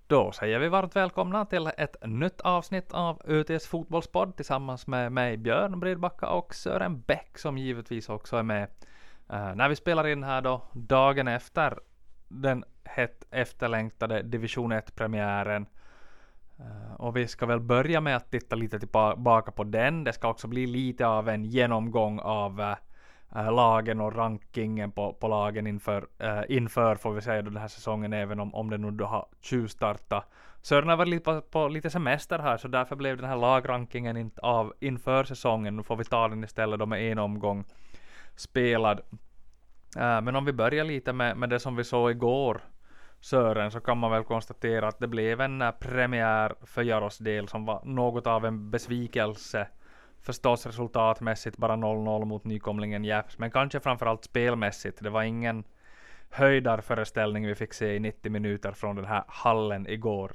Då säger vi varmt välkomna till ett nytt avsnitt av ÖTS fotbollspodd tillsammans med mig Björn Bredbacka och Sören Bäck som givetvis också är med. När vi spelar in här då dagen efter den hett efterlängtade division 1-premiären. Och vi ska väl börja med att titta lite tillbaka på den. Det ska också bli lite av en genomgång av lagen och rankingen på lagen inför får vi säga då den här säsongen, även om det nu då har tjuvstartat. Sören har varit på lite semester här, så därför blev den här lagrankingen inte av inför säsongen. Nu får vi ta den istället då med en omgång spelad. Men om vi börjar lite med det som vi såg igår, Sören, så kan man väl konstatera att det blev en premiär för Jaros del som var något av en besvikelse. Förstås resultatmässigt bara 0-0 mot nykomlingen Japs, men kanske framförallt spelmässigt. Det var ingen höjdarföreställning vi fick se i 90 minuter från den här hallen igår.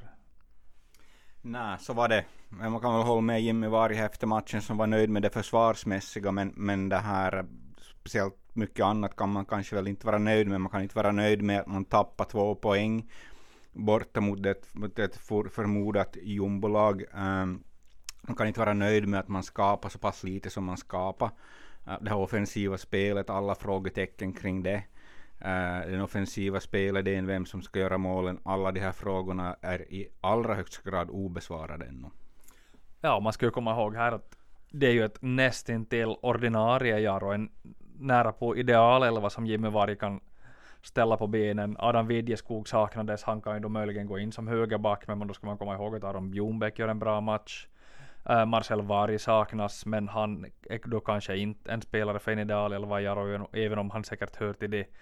Nej, så var det. Men man kan väl hålla med Jimmy Varg efter matchen som var nöjd med det försvarsmässiga, men det här speciellt mycket annat kan man kanske väl inte vara nöjd med. Man kan inte vara nöjd med att man tappar 2 poäng borta mot ett förmodat jumbolag. Man kan inte vara nöjd med att man skapar så pass lite som man skapar. Det här offensiva spelet, alla frågetecken kring det. Den offensiva spelet, det är vem som ska göra målen. Alla de här frågorna är i allra högsta grad obesvarade ännu. Ja, man ska ju komma ihåg här att det är ju ett nästintill ordinarie Jaro, en nära på idealelva som Jimmy Varg kan ställa på benen. Adam Widjeskog saknades, han kan ju då möjligen gå in som högerback, men då ska man komma ihåg att Aron Bjornbäck gör en bra match. Marcel Varg saknas, men han är då kanske inte en spelare för en idealelva Jaro, även om han säkert hör till de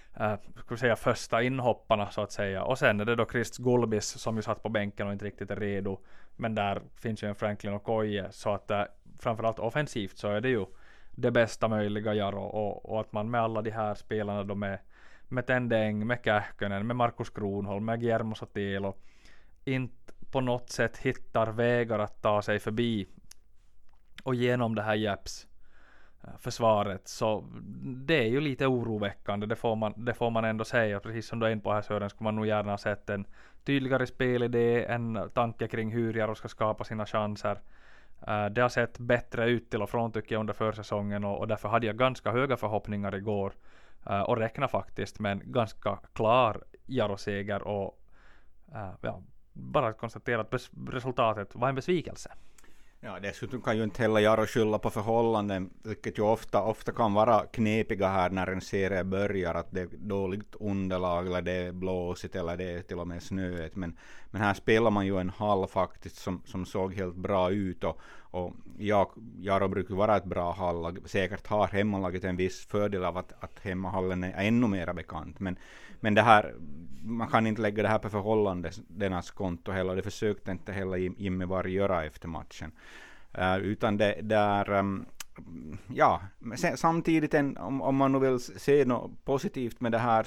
första inhopparna så att säga. Och sen är det då Chris Gulbis som ju satt på bänken och inte riktigt är redo, men där finns ju en Franklin och Koje, så att framförallt offensivt så är det ju det bästa möjliga Jaro, och att man med alla de här spelarna då med Tendeng, med Kähkönen, med Markus Kronholm, med Guillermo Sotelo inte på något sätt hittar vägar att ta sig förbi och genom det här Japs försvaret, så det är ju lite oroväckande, det får man ändå säga. Precis som du är in på här Sören, skulle man nog gärna ha sett en tydligare spelidé, en tanke kring hur Jaro ska skapa sina chanser. Det har sett bättre ut till och från tycker jag under försäsongen, och därför hade jag ganska höga förhoppningar igår och räkna faktiskt med en ganska klar Jaro-seger, och bara att konstatera att resultatet var en besvikelse. Ja, dessutom kan ju inte heller Jaro skylla på förhållanden, vilket ju ofta kan vara knepiga här när en serie börjar, att det är dåligt underlag eller det är blåsigt eller det är till och med snöigt, men här spelar man ju en hall faktiskt som såg helt bra ut, och Jaro brukar vara ett bra hall, säkert har hemmalaget en viss fördel av att hemmahallen är ännu mer bekant, men det här, man kan inte lägga det här på förhållandenas konto heller, det försökte inte heller Jimmy Varg göra efter matchen. Utan det är samtidigt om man nu vill se något positivt med det här,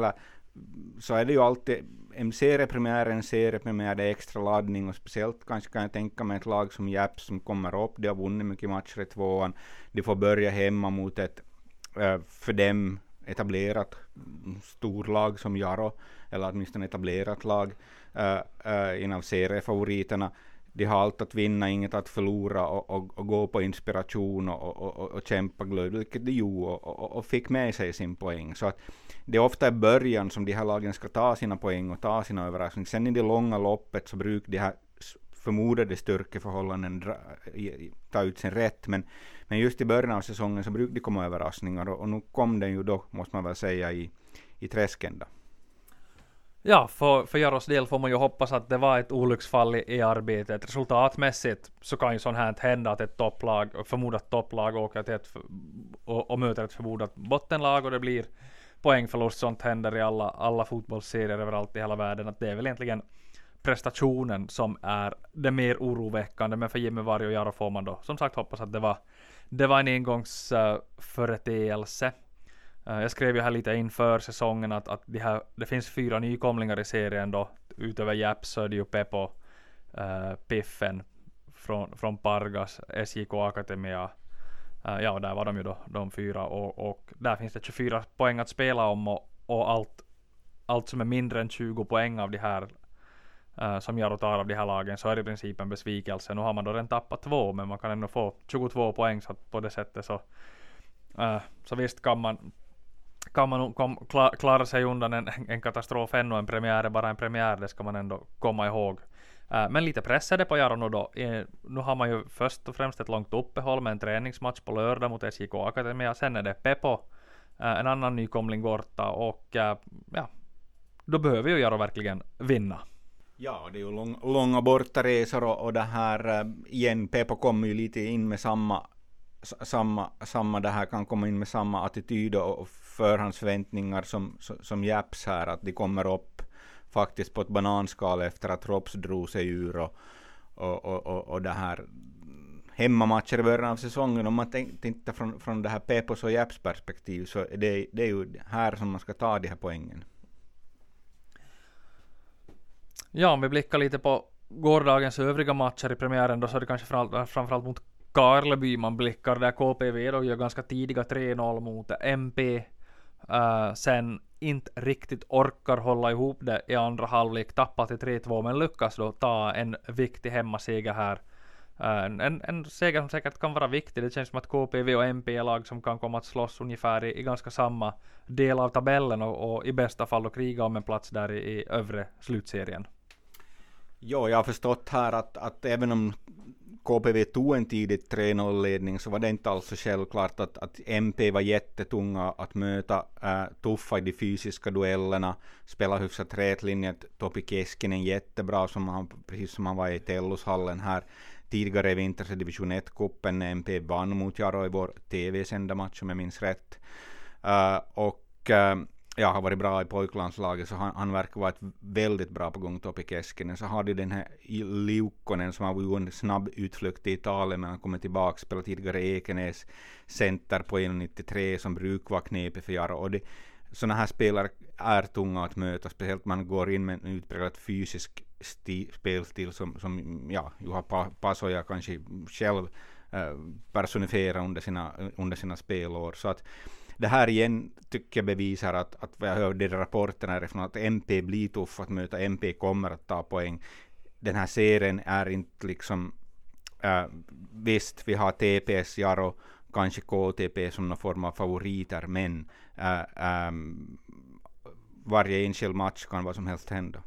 så är det ju alltid en seriepremiär, det är extra laddning, och speciellt kanske kan jag tänka mig ett lag som Japs som kommer upp, de har vunnit mycket matcher i 2:an, de får börja hemma mot ett för dem etablerat storlag som Jaro, eller åtminstone etablerat lag, en av seriefavoriterna. De har allt att vinna, inget att förlora, och gå på inspiration och kämpa glöd, vilket de gjorde, och fick med sig sin poäng. Så att det är ofta i början som de här lagen ska ta sina poäng och ta sina överraskningar. Sen i det långa loppet så brukar de här förmodade styrkeförhållanden ta ut sin rätt, men just i början av säsongen så brukar det komma överraskningar, och nu kom den ju då, måste man väl säga, i träsken då. Ja, för Jaros del får man ju hoppas att det var ett olycksfall i arbetet. Resultatmässigt så kan ju sånt här hända, att ett förmodat topplag åker till och möter ett förmodat bottenlag, och det blir poängförlust. Sånt händer i alla fotbollsserier överallt i hela världen, att det är väl egentligen prestationen som är det mer oroväckande. Men för Jimmy Varg och Jaro får man då som sagt hoppas att det var en engångsföreteelse. Jag skrev ju här lite inför säsongen att det finns 4 nykomlingar i serien då. Utöver Japs så är det ju Pepo, Piffen från Pargas, SJK Akademia. Ja, där var de ju då, de 4. Och där finns det 24 poäng att spela om, och allt som är mindre än 20 poäng av de här som Jaro tar av de här lagen, så är det i princip en besvikelse. Nu har man då redan tappat 2, men man kan ändå få 22 poäng, så på det sättet så visst kan man klara sig undan en katastrof ännu. En premiär är bara en premiär, det ska man ändå komma ihåg. Men lite pressade på Jaro nu då. Nu har man ju först och främst ett långt uppehåll med en träningsmatch på lördag mot SJK Akademia. Sen är det Pepo, en annan nykomling borta, och då behöver ju Jaro verkligen vinna. Ja, det är ju långa bortaresor och det här igen, Pepo kommer ju lite in med samma det här, kan komma in med samma attityd och förhandsförväntningar som Japs här, att de kommer upp faktiskt på ett bananskal efter att Rops drog sig ur och det här hemmamatcher i början av säsongen. Om man tittar från det här Pepos och Japs perspektiv, så det är ju här som man ska ta de här poängen. Ja, om vi blickar lite på gårdagens övriga matcher i premiären, då så är det kanske framförallt mot Karleby man blickar, där KPV då gör ganska tidiga 3-0 mot MP. Sen inte riktigt orkar hålla ihop det i andra halvlek, tappar till 3-2, men lyckas då ta en viktig hemmaseger här. En seger som säkert kan vara viktig. Det känns som att KPV och MP är lag som kan komma att slåss ungefär i ganska samma del av tabellen och i bästa fall då kriga om en plats där i övre slutserien. Ja, jag har förstått här att även om KPV tog en tidigt 3-0-ledning, så var det inte alls så självklart att MP var jättetunga att möta, tuffa i de fysiska duellerna, spela hyfsat rätlinjet. Topi Keskinen jättebra, precis som han var i Tellushallen här tidigare i vinters division 1-kuppen när MP vann mot Jaro i vår tv-sända match, om jag minns rätt. Har varit bra i pojklandslaget, så han verkar vara ett väldigt bra på gång, Topi Keskinen. Så har de den här Liukkonen som har varit en snabb utflykt i Italien, men han kommer tillbaka, spelar tidigare Ekenäs center på 1,93 som brukar vara knepig för Jaro. Och sådana här spelare är tunga att möta, speciellt man går in med en utpräglad fysisk spelstil som Juha Pasoja kanske själv personifierar under sina spelår. Så att det här igen tycker jag bevisar att vad jag hörde i rapporterna härifrån, att MP blir tuff att möta, MP kommer att ta poäng. Den här serien är inte liksom visst, vi har TPS, Jaro, kanske KTP som någon form av favoriter, men varje enskild match kan vad som helst hända.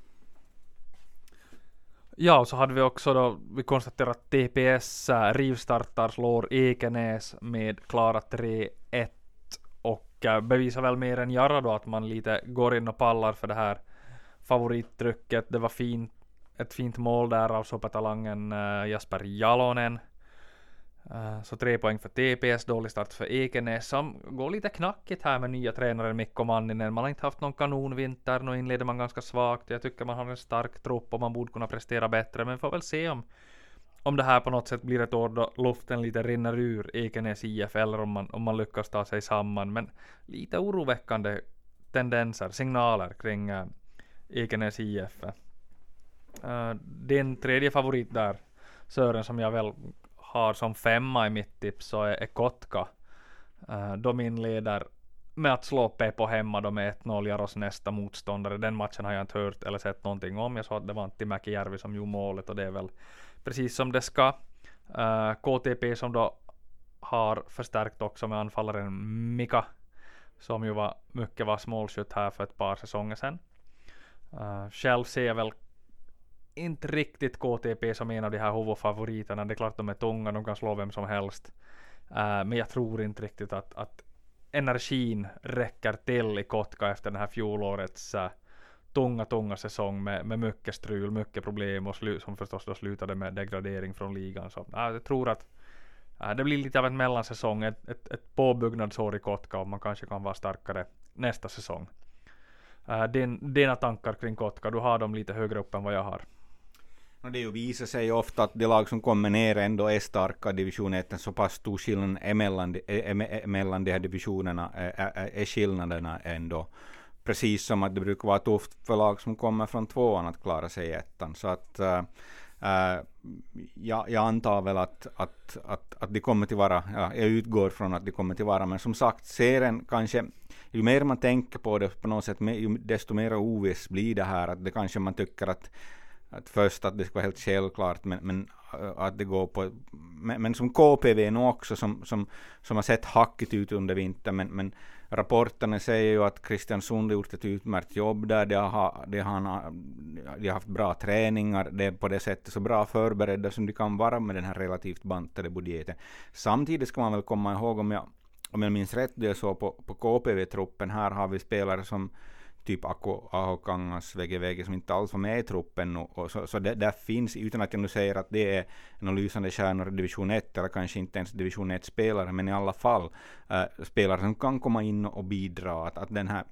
Ja, och så hade vi också då, vi konstaterar att TPS rivstartar, slår Ekenäs med klara 3-1 och bevisar väl mer än Jaro då att man lite går in och pallar för det här favorittrycket. Det var ett fint mål där av supertalangen Jasper Jalonen. Så 3 poäng för TPS, dålig start för Ekenäs som går lite knackigt här med nya tränaren Mikko Manninen. Man har inte haft någon kanonvinter, nu inleder man ganska svagt. Jag tycker man har en stark trupp och man borde kunna prestera bättre, men får väl se om det här på något sätt blir ett år då luften lite rinner ur Ekenäs IF, eller om man lyckas ta sig samman. Men lite oroväckande tendenser, signaler kring Ekenäs IF. Den tredje favorit där, Sören, som jag väl har som 5 i mitt tips, så är Kotka. De inleder med att slå Pepo hemma då med 1-0, Jaros nästa motståndare. Den matchen har jag inte hört eller sett någonting om. Jag sa att det var Antti Mäkijärvi som gjorde målet, och det är väl precis som det ska. KTP som då har förstärkt också med anfallaren Mika, som ju var mycket vass målskytt här för ett par säsonger sedan. Själv ser jag väl inte riktigt KTP som en av de här huvudfavoriterna. Det är klart de är tunga, de kan slå vem som helst. Men jag tror inte riktigt att energin räcker till i Kotka efter den här fjolårets tunga säsong med mycket strul, mycket problem och som förstås då slutade med degradering från ligan. Så jag tror att det blir lite av en mellansäsong, ett påbyggnadsår i Kotka, och man kanske kan vara starkare nästa säsong. Dina tankar kring Kotka, du har dem lite högre upp än vad jag har. Det visar sig ofta att de lag som kommer ner ändå är starka. Division 1, så pass stor skillnad mellan de här divisionerna är skillnaderna ändå. Precis som att det brukar vara tufft för lag som kommer från 2:an att klara sig i 1:an. Så att jag antar väl att det kommer till vara, jag utgår från att det kommer till vara, men som sagt, serien kanske, ju mer man tänker på det på något sätt, desto mer oviss blir det här, att det kanske man tycker att att först att det ska vara helt självklart, men att det går på, men som KPV nu också som har sett hackigt ut under vintern, men rapporterna säger ju att Kristiansund har gjort ett utmärkt jobb där, de har haft bra träningar, det är på det sättet så bra förberedda som de kan vara med den här relativt bantade budgeten. Samtidigt ska man väl komma ihåg, om jag minns rätt, det är så på KPV-truppen, här har vi spelare som typ Aho Kangas, VG som inte alls var med i truppen nu, och så där finns, utan att jag nu säger att det är en lysande stjärnor i division 1 eller kanske inte ens division 1-spelare, men i alla fall spelare som kan komma in och bidra, att den här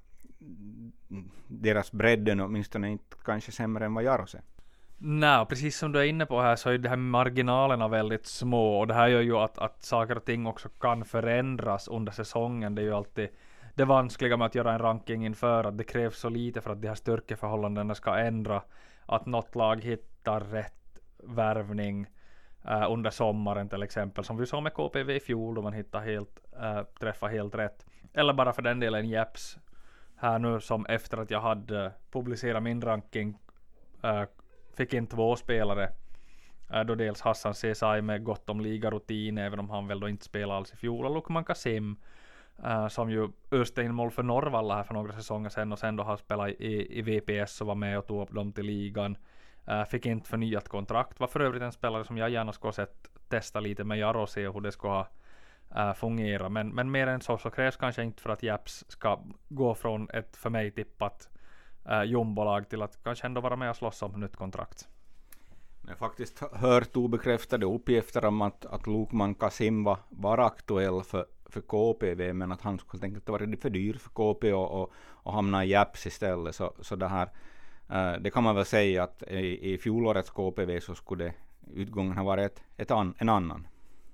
deras bredden åtminstone inte kanske sämre än vad Jaros är. Nej, precis som du är inne på här så är det här marginalerna väldigt små, och det här gör ju att saker och ting också kan förändras under säsongen. Det är ju alltid det vanskliga med att göra en ranking inför, att det krävs så lite för att de här styrkeförhållandena ska ändra, att något lag hittar rätt värvning under sommaren till exempel, som vi såg med KPV i fjol då man träffar helt rätt, eller bara för den delen Jeps här nu, som efter att jag hade publicerat min ranking fick in 2 spelare, då dels Hassan Sesai med gott om ligarutin, även om han väl då inte spelade alls i fjol, och Lukman Kasim som ju öste in mål för Norrvalla här för några säsonger sedan, och sen då har spelat i VPS och var med och tog upp dem till ligan, fick inte förnyat kontrakt, var för övrigt en spelare som jag gärna skulle ha sett testa lite med Jaro och se hur det ska fungera, men mer än så krävs kanske inte för att Japs ska gå från ett för mig tippat jumbolag till att kanske ändå vara med och slåss om nytt kontrakt. Jag har faktiskt hört obekräftade uppgifter om att Lukman Kasim var aktuell för KPV, men att han skulle tänka att det var för dyr för KP och hamna i Japs istället. Så det här, det kan man väl säga att i fjolårets KPV så skulle utgången ha varit en annan.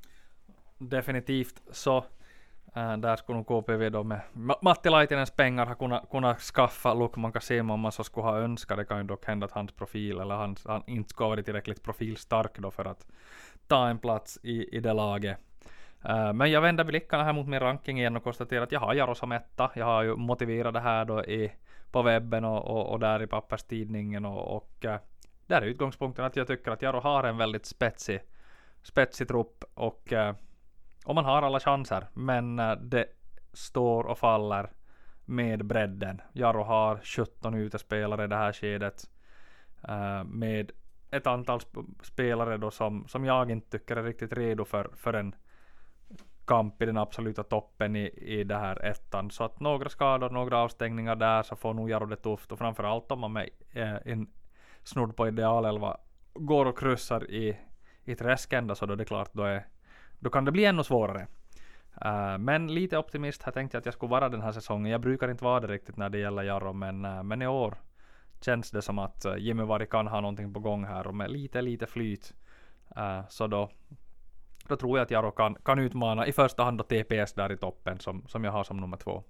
Definitivt så. Där skulle nog KPV då med Matti Laitinens pengar ha kunnat skaffa Lukman Kasim om man så skulle ha önskat. Det kan ju dock hända att hans profil eller han inte ska vara tillräckligt profilstark då för att ta en plats i det laget. Men jag vänder blickarna här mot min ranking igen och konstaterar att jag har Jaro som etta. Jag har ju motiverat det här då på webben och där i papperstidningen och där är utgångspunkten att jag tycker att Jaro har en väldigt spetsig trupp och man har alla chanser, men det står och faller med bredden. Jaro har 17 utespelare i det här skedet med ett antal spelare då som jag inte tycker är riktigt redo för en kamp i den absoluta toppen i det här ettan. Så att några skador, några avstängningar där, så får nog Jaro det tufft, och framförallt om man med en snudd på idealelva går och kryssar i träskända, så då är det klart då kan det bli ännu svårare. Men lite optimist här tänkte jag att jag skulle vara den här säsongen. Jag brukar inte vara det riktigt när det gäller Jaro, men i år känns det som att Jimmy Vari kan ha någonting på gång här, och med lite flyt så då tror jag att Jaro kan utmana i första hand då TPS där i toppen som jag har som nummer 2.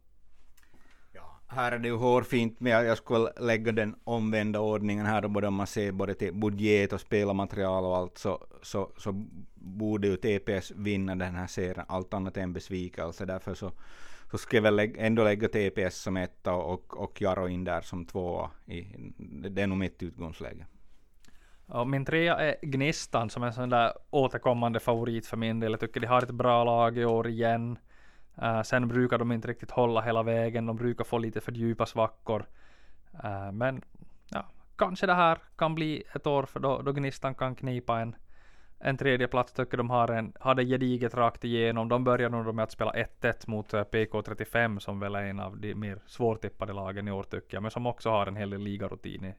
Här är det ju hårfint, men jag skulle lägga den omvända ordningen här, och om man ser både till budget och spelarmaterial och allt, så borde ju TPS vinna den här serien, allt annat än besvikelse. Därför så ska jag väl ändå lägga TPS som etta och Jaro in där som 2. Det är nog mitt utgångsläge. Och min 3 är Gnistan, som är en sån där återkommande favorit för min del. Jag tycker de har ett bra lag i år igen. Sen brukar de inte riktigt hålla hela vägen. De brukar få lite för djupa svackor. Men ja, kanske det här kan bli ett år för då Gnistan kan knipa en tredje plats. Tycker de har det gediget rakt igenom. De börjar nog med att spela 1-1 mot PK35, som väl är en av de mer svårtippade lagen i år tycker jag. Men som också har en hel del ligarutin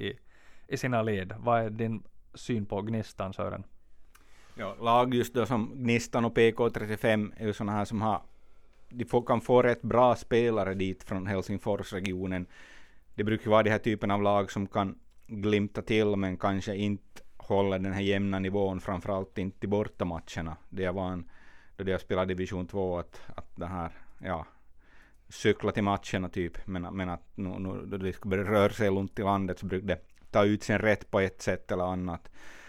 i sina led. Vad är din syn på Gnistan, Sören? Ja, lag just då som Gnistan och PK35 är ju sådana här som kan få rätt bra spelare dit från Helsingforsregionen. Det brukar vara de här typen av lag som kan glimta till, men kanske inte håller den här jämna nivån, framförallt inte i bortamatcherna. Det var då de har spelat division 2 att det här, ja, cykla till matcherna typ, men att nu då det ska börja röra sig runt i landet så brukar det ta ut sin rätt på ett sätt eller annat.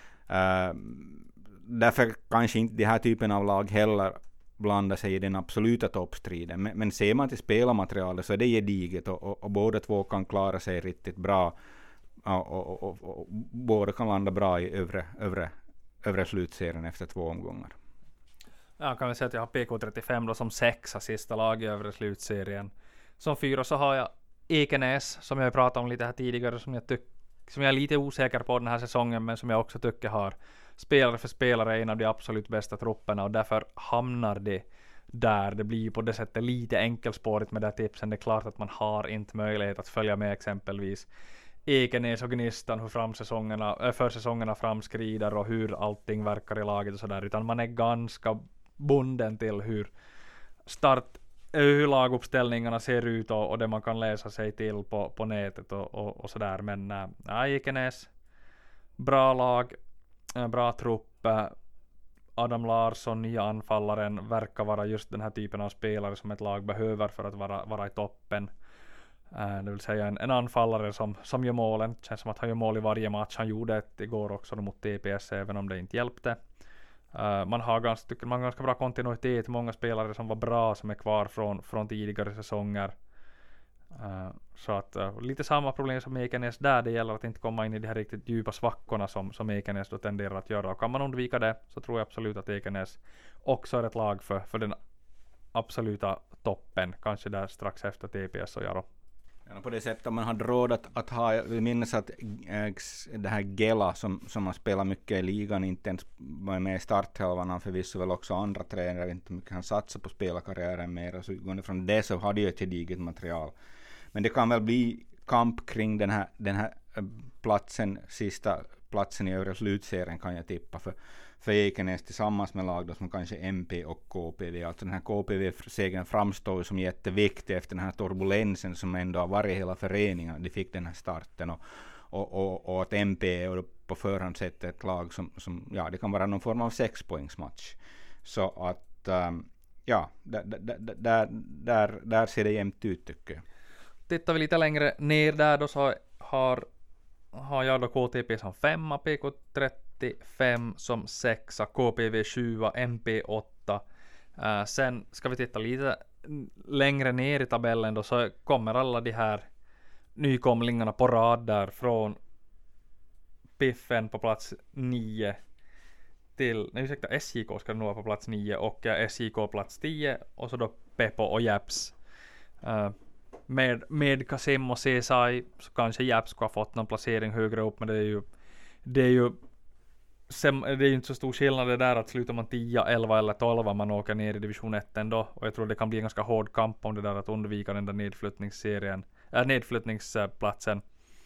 Därför kanske inte de här typen av lag heller blandar sig i den absoluta toppstriden. Men ser man till spelarmaterialet så är det gediget och båda två kan klara sig riktigt bra. och båda kan landa bra i övre slutserien efter 2 omgångar. Ja, kan vi säga att jag har PK35 då som 6 sista lag i övre slutserien. Som 4 så har jag Ekenäs, som jag pratade om lite här tidigare, som jag är lite osäker på den här säsongen, men som jag också tycker har spelare för spelare en av de absolut bästa trupperna, och därför hamnar det där. Det blir ju på det sättet lite enkelspårigt med det här tipsen. Det är klart att man har inte möjlighet att följa med exempelvis Ekenäs och Gnistan, hur försäsongerna framskrider och hur allting verkar i laget och sådär, utan man är ganska bunden till hur laguppställningarna ser ut och det man kan läsa sig till på nätet och sådär. Men Ekenäs, bra lag, bra trupp. Adam Larsson, nya anfallaren, verkar vara just den här typen av spelare som ett lag behöver för att vara i toppen. Det vill säga en anfallare som gör målen. Det känns som att han gör mål i varje match. Han gjorde ett igår också mot TPS, även om det inte hjälpte. Man har ganska bra kontinuitet. Många spelare som var bra som är kvar från tidigare säsonger. Så att lite samma problem som Ekenäs där. Det gäller att inte komma in i de här riktigt djupa svackorna som Ekenäs då tenderar att göra. Och kan man undvika det så tror jag absolut att Ekenäs också är ett lag för den absoluta toppen. Kanske där strax efter TPS och Jaro. Ja, på det sättet om man har råd att ha, jag vill minnas att det här Gela som har spelat mycket i ligan inte ens var med i starthelvan, han förvisso väl också andra tränare, jag vet inte hur mycket han satsar på spelarkarriären mer, och så går det från det så hade ju ett gediget material. Men det kan väl bli kamp kring den här sista platsen i övre slutserien kan jag tippa för Ekenäs tillsammans med lag då som kanske MP och KPV. Alltså den här KPV-segern framstår som jätteviktig efter den här turbulensen som ändå har varit hela föreningen. De fick den här starten och att MP är på förhand sett ett lag som ja, det kan vara någon form av 6-poängsmatch. Så att där ser det jämnt ut tycker jag. Tittar vi lite längre ner där då så har jag då KTP som 5, PK35 som 6, KPV 7, MP 8. Sen ska vi titta lite längre ner i tabellen då, så kommer alla de här nykomlingarna på rad där från Piffen på plats 9 till, SJK ska nå på plats 9 och SJK plats 10 och så då Pepo och Japs. Med Kasim och CSI så kanske Japs ska ha fått någon placering högre upp, men det är ju inte så stor skillnad det där att slutar man 10, 11 eller 12 man åker ner i division 1 ändå, och jag tror det kan bli en ganska hård kamp om det där att undvika den där nedflyttningsplatsen.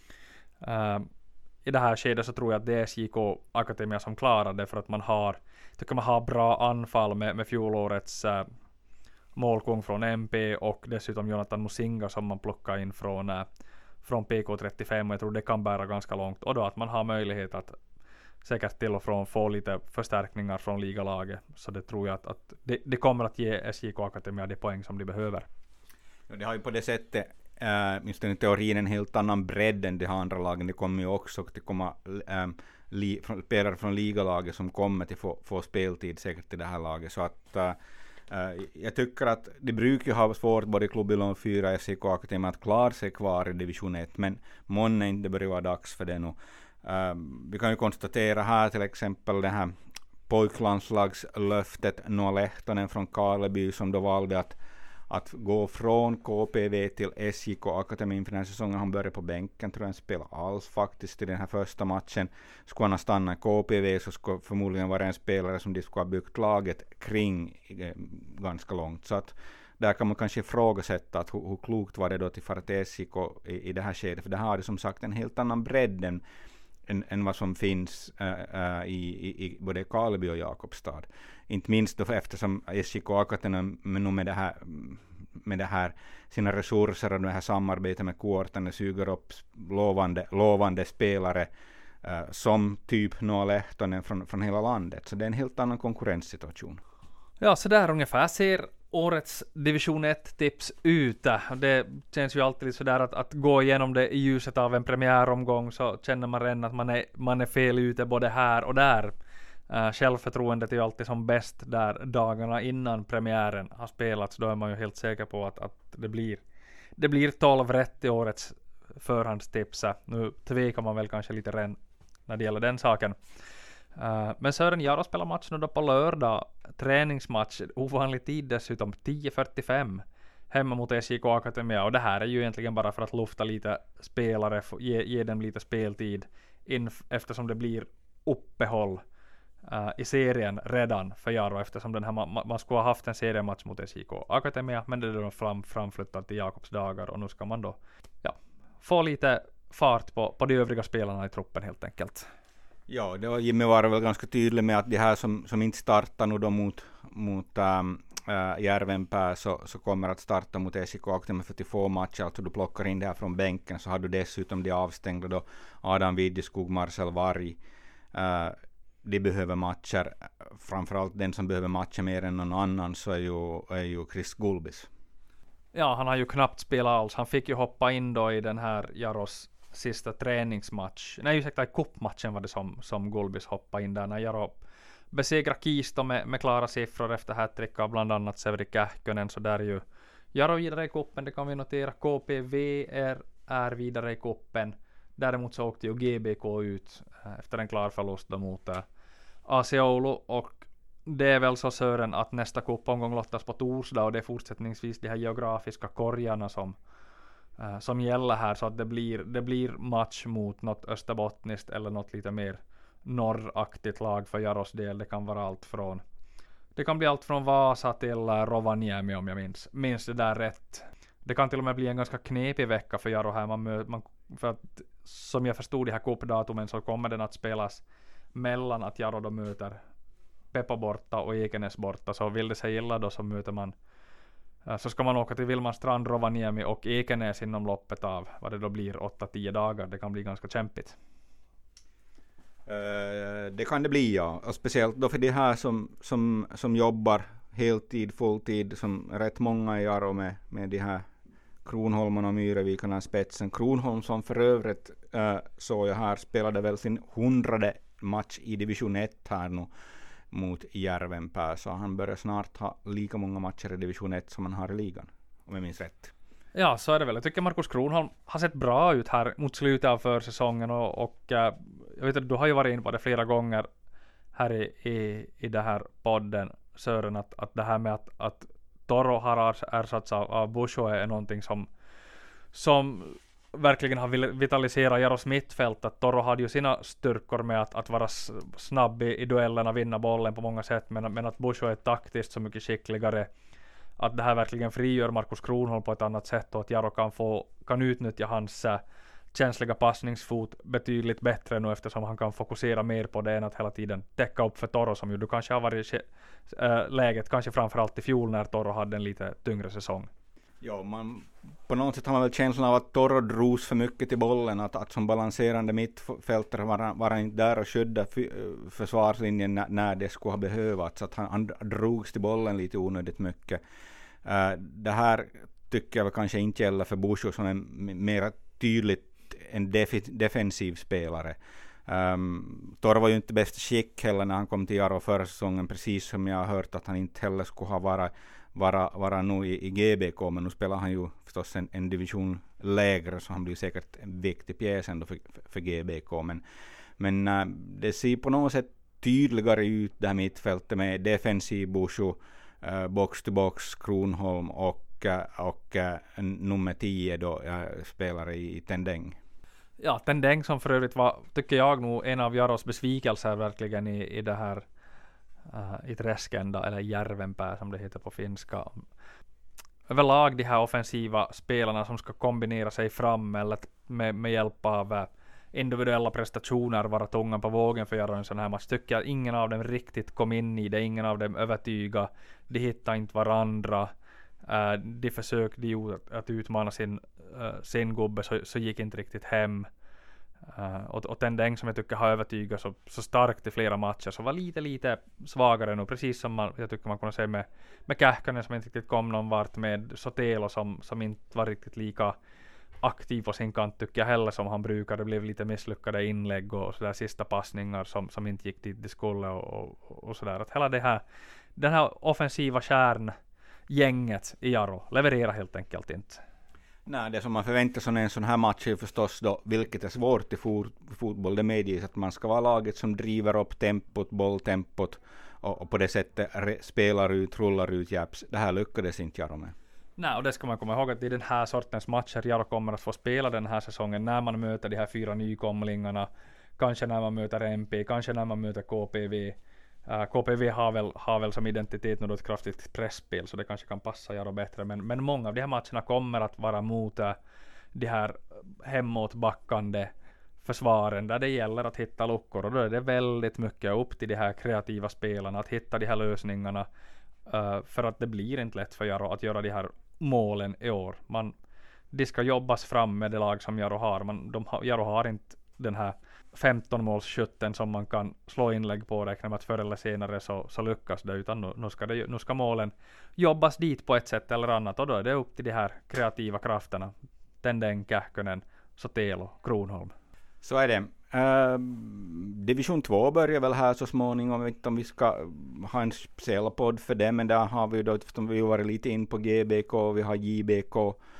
I det här skedet så tror jag att det är SJK Akademia som klarar det, för att man har bra anfall med fjolårets målkung från MP och dessutom Jonathan Musinga som man plockar in från PK35, och jag tror det kan bära ganska långt, och då att man har möjlighet att säkert till och från få lite förstärkningar från ligalaget, så det tror jag att det kommer att ge SJK Akademia de poäng som de behöver. Ja, det har ju på det sättet minst i teorin en helt annan bredd än de andra lagen. Det kommer ju också att komma spelare från ligalaget som kommer till få speltid säkert i det här laget, så att jag tycker att det brukar ha svårt både Klubbilon 4 och SJK Akademia att klara sig kvar i division 1, men månne inte börjar vara dags för det nu. Vi kan ju konstatera här till exempel det här pojklandslagslöftet Noah Lehtonen från Karleby som då valde att gå från KPV till SJK Akademin för den här säsongen. Han började på bänken, tror jag inte spela alls faktiskt i den här första matchen. Skulle han ha stannat i KPV så skulle förmodligen vara en spelare som de skulle ha byggt laget kring ganska långt. Så att där kan man kanske ifrågasätta att hur klokt var det då till för att SJK i det här skedet, för det har det som sagt en helt annan bredd än vad som finns i både Karleby och Jakobstad. Inte minst då eftersom SJK Akaten med det här sina resurser och det här samarbetet med Kuorten suger upp lovande spelare som typ Noah Lehtonen från hela landet. Så det är en helt annan konkurrenssituation. Ja, så där ungefär ser årets division 1-tips ut. Det känns ju alltid sådär att gå igenom det i ljuset av en premiäromgång, så känner man redan att man är fel ute både här och där. Självförtroendet är ju alltid som bäst där dagarna innan premiären har spelats. Då är man ju helt säker på att det blir 12 rätt i årets förhandstipsa. Nu tvekar man väl kanske lite redan när det gäller den saken. Men Sören Jaro spelar matchen då på lördag. Träningsmatch, ovanlig tid dessutom, 10:45 hemma mot SJK Akademia. Och det här är ju egentligen bara för att lufta lite spelare, ge dem lite speltid eftersom det blir uppehåll i serien redan för Jaro, eftersom den här man skulle ha haft en seriematch mot SJK Akademia, men det är då framflyttat till Jakobs dagar, och nu ska man då få lite fart på de övriga spelarna i truppen helt enkelt. Ja, det var Jimmy var väl ganska tydlig med att de här som inte startar nu då mot Järvenpää så kommer att starta mot SJK Akademia för 42 matcher, alltså du plockar in det här från bänken, så har du dessutom de avstängda då Adam Vidjeskog, Marcel Varg. De behöver matcher, framförallt den som behöver matcher mer än någon annan så är ju Chris Gulbis. Ja, han har ju knappt spelat alls. Han fick ju hoppa in då i den här Jaros sista träningsmatch. Nej, ursäkta, i cupmatchen var det som Gulbis hoppade in där när Jaro besegrade Kisto med klara siffror efter hattrick av bland annat Severi Kähkönen, så där är ju Jaro vidare i kuppen, det kan vi notera. KPV är vidare i kuppen. Däremot så åkte ju GBK ut efter en klar förlust då mot AC Oulu, och det är väl så, Sören, att nästa cupomgång lottas på torsdag, och det är fortsättningsvis de här geografiska korgarna som gäller här, så att det blir match mot något österbottniskt eller något lite mer norraktigt lag för Jaros del. Det kan bli allt från Vasa till Rovaniemi, om jag minns det där rätt. Det kan till och med bli en ganska knepig vecka för Jaro här. För att, som jag förstod de här cupdatumen, så kommer den att spelas mellan att Jaro då möter Peppo borta och Ekenäs borta. Så vill det sig illa då så möter man, så ska man åka till Vilmanstrand, Rovaniemi och Ekenäs inom loppet av vad det då blir 8-10 dagar. Det kan bli ganska kämpigt. Det kan det bli, ja. Och speciellt då för de här som jobbar heltid, fulltid, som rätt många i Jaro med de här Kronholmen och Myrevikarna spetsen. Kronholm som för övrigt så jag här spelade väl sin 100:e match i division 1 här nu mot Järvenpää, så han börjar snart ha lika många matcher i division 1 som han har i ligan, om jag minns rätt. Ja, så är det väl. Jag tycker Markus Kronholm har sett bra ut här mot slutet av försäsongen, och jag vet att du har ju varit in på det flera gånger här i det här podden, Sören, att det här med att Toro har ersatts av Busho är någonting som verkligen har vitaliserat Jaros mittfält. Att Toro hade ju sina styrkor med att vara snabb i duellerna, vinna bollen på många sätt, men att Busho är taktiskt så mycket skickligare. Att det här verkligen frigör Markus Kronholm på ett annat sätt, och att Jaro kan utnyttja hans känsliga passningsfot betydligt bättre nu, eftersom han kan fokusera mer på det än att hela tiden täcka upp för Toro, som ju du kanske har varit läget, kanske framförallt i fjol när Toro hade en lite tyngre säsong. Ja, på något sätt har man väl känslan av att Toro dros för mycket till bollen, att som balanserande mittfältare var han inte där och skydda försvarslinjen när det skulle ha behövats, att han drogs till bollen lite onödigt mycket. Det här tycker jag väl kanske inte gäller för Busho, som är mer tydligt en defensiv spelare. Toro var ju inte bäst skick heller när han kom till Jaro förra säsongen, precis som jag har hört att han inte heller skulle ha vara nu i GBK, men nu spelar han ju förstås en division lägre, så han blir säkert en viktig pjäs ändå för GBK, men det ser på något sätt tydligare ut det här mittfältet med defensiv Busho, box to box Kronholm och nummer 10 då spelare i Tendeng. Ja, Tendeng som för övrigt var, tycker jag nog, en av Jaros besvikelser verkligen i det här i Träskända, eller Järvenpää som det heter på finska. Överlag de här offensiva spelarna som ska kombinera sig fram eller med hjälp av individuella prestationer vara tungan på vågen för att göra en sån här match, tycker jag ingen av dem riktigt kom in i det, ingen av dem övertyga, de hittade inte varandra, de försökte ju att utmana sin gubbe, så gick inte riktigt hem. Och Tendeng som jag tycker har övertygat så starkt i flera matcher, så var lite svagare nu, precis som jag tycker man kunde se med Kähkönen som inte riktigt kom någon vart, med Sotelo som inte var riktigt lika aktiv på sin kant tycker jag heller som han brukar. Det blev lite misslyckade inlägg och sådär sista passningar som inte gick dit det skulle och sådär. Att hela den här offensiva kärngänget i Jaro levererar helt enkelt inte. Nej, det som man förväntar sig en sån här match är förstås då, vilket är svårt i fotboll, det medges att man ska vara laget som driver upp tempot, bolltempot och på det sättet rullar ut Japs. Det här lyckades inte Jaro med. Nej, och det ska man komma ihåg att i den här sortens matcher Jaro kommer att få spela den här säsongen när man möter de här 4 nykomlingarna, kanske när man möter MP, kanske när man möter KPV. KPV har väl som identitet något kraftigt pressspel, så det kanske kan passa Jaro bättre, men många av de här matcherna kommer att vara mot de här hemåtbackande försvaren där det gäller att hitta luckor, och då är det väldigt mycket upp till de här kreativa spelarna att hitta de här lösningarna, för att det blir inte lätt för Jaro att göra de här målen i år. De ska jobbas fram med det lag som Jaro har. Jaro har inte den här 15-målsskytten som man kan slå inlägg på och räkna med att förr eller senare så lyckas det, utan nu ska målen jobbas dit på ett sätt eller annat, och då är det upp till de här kreativa krafterna. Tenden, Kähkönen, Sotelo, Kronholm. Så är det. Division 2 börjar väl här så småningom. Jag vet inte om vi ska ha en speciell podd för det, men där har vi då, eftersom vi varit lite in på GBK, vi har JBK.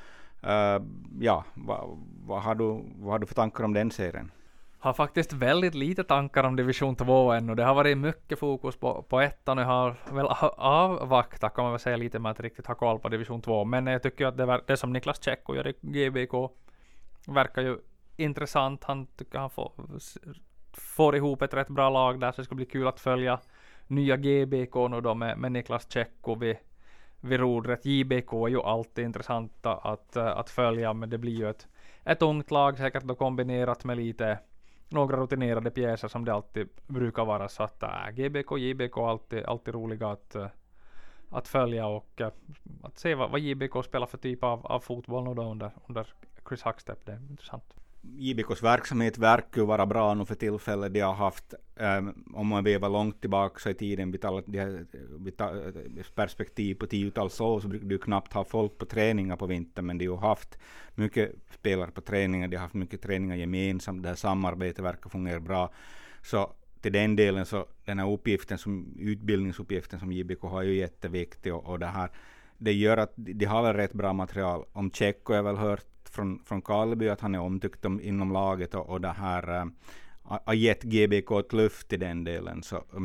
Vad har du för tankar om den serien? Har faktiskt väldigt lite tankar om Division 2 ännu. Det har varit mycket fokus på ettan, och jag har väl avvaktat, kan man väl säga, lite med att riktigt ha koll på Division 2. Men jag tycker att det som Niklas Tjecko gör i GBK verkar ju intressant. Han tycker han får ihop ett rätt bra lag där, så det ska bli kul att följa nya GBK nu då med Niklas Tjecko vid rodret. JBK är ju alltid intressant att följa, men det blir ju ett ungt lag, säkert då kombinerat med lite några rutinerade pjäser som det alltid brukar vara, så att GBK och JBK alltid roliga att följa, och att se vad JBK spelar för typ av fotboll nu då under Chris Hackstepp. Det är intressant. JBKs verksamhet verkar vara bra nu för tillfället. De har haft, om man vevar långt tillbaka så i tiden, perspektiv på 10-tals år, så brukar du knappt ha folk på träningar på vintern, men de har haft mycket spelare på träningar, de har haft mycket träningar gemensamt, det här samarbetet verkar fungera bra. Så till den delen, så den här utbildningsuppgiften som JBK har, är ju jätteviktig, och det gör att de har väl rätt bra material. Om Tjecko har väl hört från Karleby att han är omtyckt inom laget, och det här har gett GBK ett luft i den delen,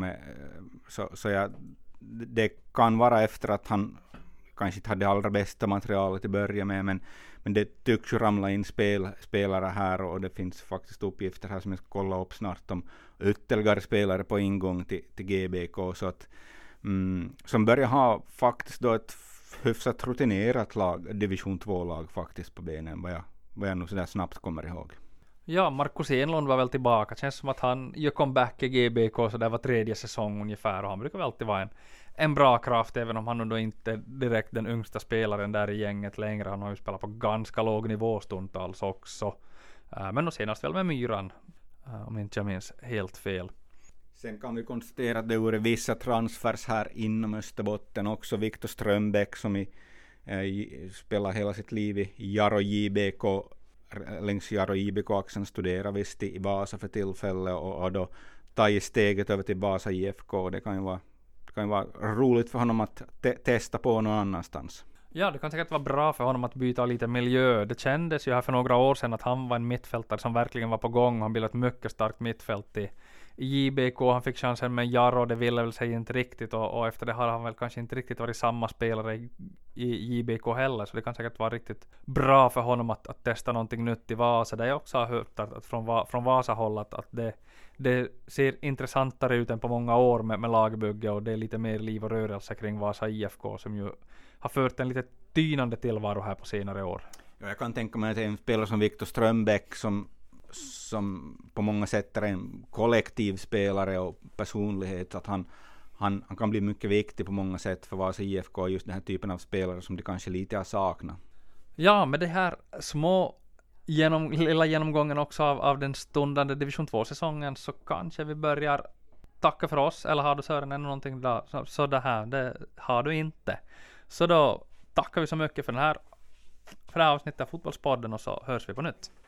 det kan vara efter att han kanske inte hade det allra bästa materialet i början med, men det tycks ju ramla in spelare här, och det finns faktiskt uppgifter här som jag ska kolla upp snart om ytterligare spelare på ingång till GBK, så att som börjar ha faktiskt då ett hyfsat rutinerat lag, division 2-lag faktiskt på benen, vad jag nu sådär snabbt kommer ihåg. Ja, Markus Enlund var väl tillbaka. Känns som att han gör comeback i GBK, så det var 3:e säsong ungefär, och han brukar väl alltid vara en bra kraft, även om han då inte är direkt den yngsta spelaren där i gänget längre. Han har ju spelat på ganska låg nivå stundtals också. Men senast väl med Myran, om inte jag minns helt fel. Sen kan vi konstatera att det vore vissa transfers här inom Österbotten också. Viktor Strömbäck som spelar hela sitt liv i Jaro JBK, längs Jaro JBK-axeln, studerar visst i Vasa för tillfället, och då tar steget över till Vasa IFK. Det kan ju vara roligt för honom att testa på någon annanstans. Ja, det kan säkert vara bra för honom att byta lite miljö. Det kändes ju här för några år sedan att han var en mittfältare som verkligen var på gång. Han bildade ett mycket starkt mittfält i JBK. Han fick chansen med Jaro, det ville väl sig inte riktigt, och efter det har han väl kanske inte riktigt varit samma spelare i JBK heller, så det kan säkert vara riktigt bra för honom att testa någonting nytt i Vasa. Det jag också har hört att från Vasa-håll att det ser intressantare ut än på många år med lagbygge, och det är lite mer liv och rörelse kring Vasa IFK, som ju har fört en lite tynande tillvaro här på senare år. Ja, jag kan tänka mig att en spelare som Viktor Strömbäck som på många sätt är en kollektiv spelare och personlighet, att han kan bli mycket viktig på många sätt för Vasa IFK, just den här typen av spelare som de kanske lite har saknat. Ja, med det här lilla genomgången också av den stundande division 2-säsongen, så kanske vi börjar tacka för oss. Eller har du Sören ännu någonting där? Så det har du inte. Så då tackar vi så mycket för det här avsnittet av Fotbollspodden, och så hörs vi på nytt.